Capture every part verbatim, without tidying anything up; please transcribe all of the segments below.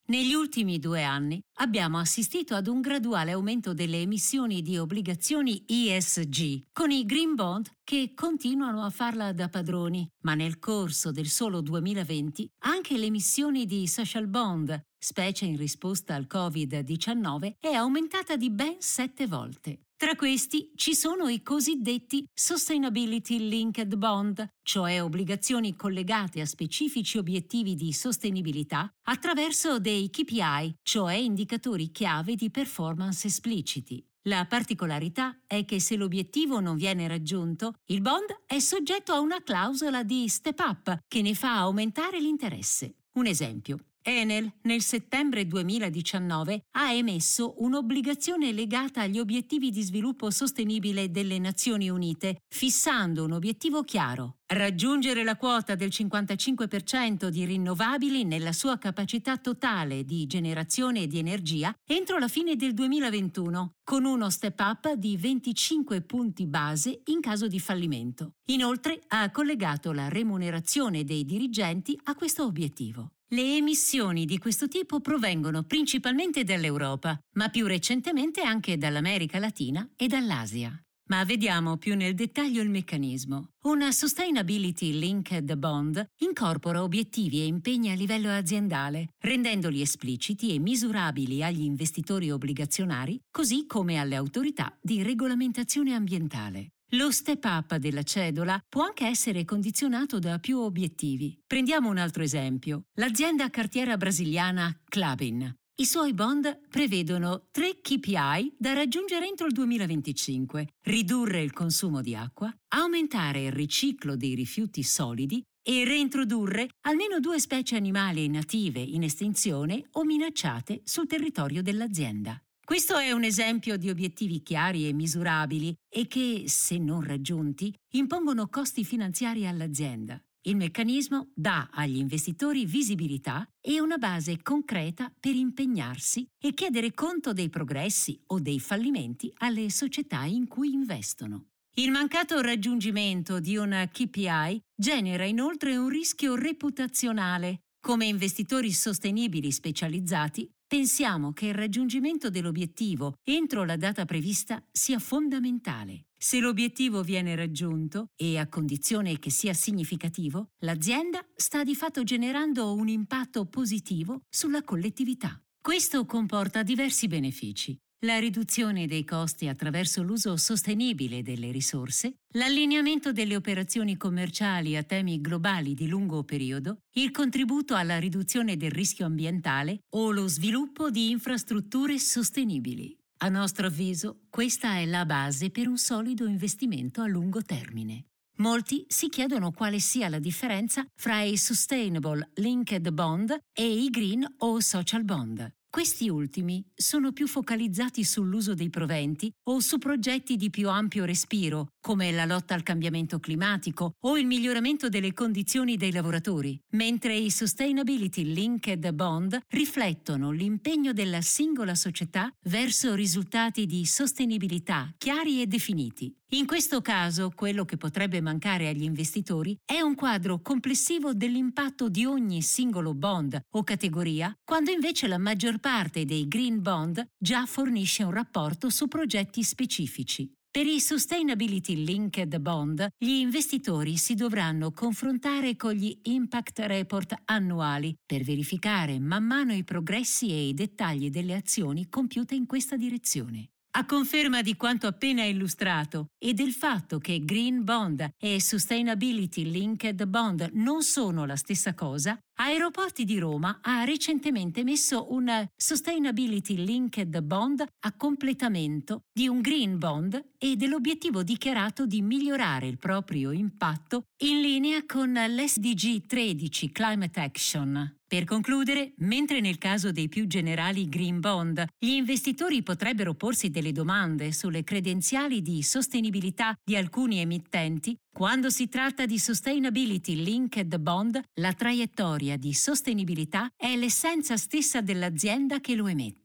Negli ultimi due anni abbiamo assistito ad un graduale aumento delle emissioni di obbligazioni E S G, con i green bond che continuano a farla da padroni, ma nel corso del solo duemilaventi anche l'emissione di social bond, specie in risposta al covid diciannove, è aumentata di ben sette volte. Tra questi ci sono i cosiddetti Sustainability Linked Bond, cioè obbligazioni collegate a specifici obiettivi di sostenibilità attraverso dei K P I, cioè indicatori chiave di performance espliciti. La particolarità è che se l'obiettivo non viene raggiunto, il bond è soggetto a una clausola di step up che ne fa aumentare l'interesse. Un esempio. Enel nel settembre duemiladiciannove ha emesso un'obbligazione legata agli obiettivi di sviluppo sostenibile delle Nazioni Unite, fissando un obiettivo chiaro: raggiungere la quota del cinquantacinque per cento di rinnovabili nella sua capacità totale di generazione di energia entro la fine del duemilaventuno, con uno step up di venticinque punti base in caso di fallimento. Inoltre ha collegato la remunerazione dei dirigenti a questo obiettivo. Le emissioni di questo tipo provengono principalmente dall'Europa, ma più recentemente anche dall'America Latina e dall'Asia. Ma vediamo più nel dettaglio il meccanismo. Una Sustainability Linked Bond incorpora obiettivi e impegni a livello aziendale, rendendoli espliciti e misurabili agli investitori obbligazionari, così come alle autorità di regolamentazione ambientale. Lo step up della cedola può anche essere condizionato da più obiettivi. Prendiamo un altro esempio. L'azienda cartiera brasiliana Klabin. I suoi bond prevedono tre K P I da raggiungere entro il duemilaventicinque: ridurre il consumo di acqua, aumentare il riciclo dei rifiuti solidi e reintrodurre almeno due specie animali native in estinzione o minacciate sul territorio dell'azienda. Questo è un esempio di obiettivi chiari e misurabili e che, se non raggiunti, impongono costi finanziari all'azienda. Il meccanismo dà agli investitori visibilità e una base concreta per impegnarsi e chiedere conto dei progressi o dei fallimenti alle società in cui investono. Il mancato raggiungimento di un K P I genera inoltre un rischio reputazionale. Come investitori sostenibili specializzati, pensiamo che il raggiungimento dell'obiettivo entro la data prevista sia fondamentale. Se l'obiettivo viene raggiunto, e a condizione che sia significativo, l'azienda sta di fatto generando un impatto positivo sulla collettività. Questo comporta diversi benefici: la riduzione dei costi attraverso l'uso sostenibile delle risorse, l'allineamento delle operazioni commerciali a temi globali di lungo periodo, il contributo alla riduzione del rischio ambientale o lo sviluppo di infrastrutture sostenibili. A nostro avviso, questa è la base per un solido investimento a lungo termine. Molti si chiedono quale sia la differenza fra i Sustainable Linked Bond e i Green o Social Bond. Questi ultimi sono più focalizzati sull'uso dei proventi o su progetti di più ampio respiro, come la lotta al cambiamento climatico o il miglioramento delle condizioni dei lavoratori, mentre i Sustainability Linked Bond riflettono l'impegno della singola società verso risultati di sostenibilità chiari e definiti. In questo caso, quello che potrebbe mancare agli investitori è un quadro complessivo dell'impatto di ogni singolo bond o categoria, quando invece la maggior parte dei green bond già fornisce un rapporto su progetti specifici. Per i Sustainability Linked Bond, gli investitori si dovranno confrontare con gli Impact Report annuali per verificare man mano i progressi e i dettagli delle azioni compiute in questa direzione. A conferma di quanto appena illustrato e del fatto che Green Bond e Sustainability Linked Bond non sono la stessa cosa, Aeroporti di Roma ha recentemente emesso un Sustainability Linked Bond a completamento di un Green Bond e dell'obiettivo dichiarato di migliorare il proprio impatto in linea con l'S D G tredici Climate Action. Per concludere, mentre nel caso dei più generali Green Bond, gli investitori potrebbero porsi delle domande sulle credenziali di sostenibilità di alcuni emittenti, quando si tratta di Sustainability Linked Bond, la traiettoria di sostenibilità è l'essenza stessa dell'azienda che lo emette.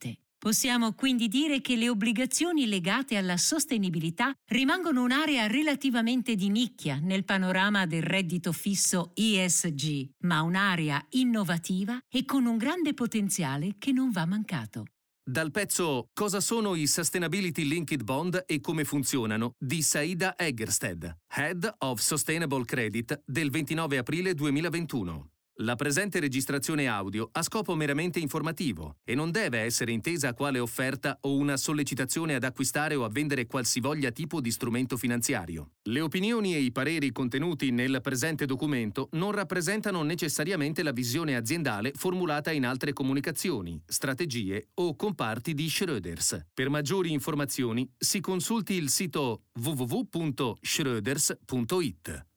Possiamo quindi dire che le obbligazioni legate alla sostenibilità rimangono un'area relativamente di nicchia nel panorama del reddito fisso E S G, ma un'area innovativa e con un grande potenziale che non va mancato. Dal pezzo Cosa sono i Sustainability Linked Bond e come funzionano di Saida Eggersted, Head of Sustainable Credit del ventinove aprile duemilaventuno. La presente registrazione audio ha scopo meramente informativo e non deve essere intesa quale offerta o una sollecitazione ad acquistare o a vendere qualsivoglia tipo di strumento finanziario. Le opinioni e i pareri contenuti nel presente documento non rappresentano necessariamente la visione aziendale formulata in altre comunicazioni, strategie o comparti di Schroders. Per maggiori informazioni si consulti il sito w w w punto schroders punto it.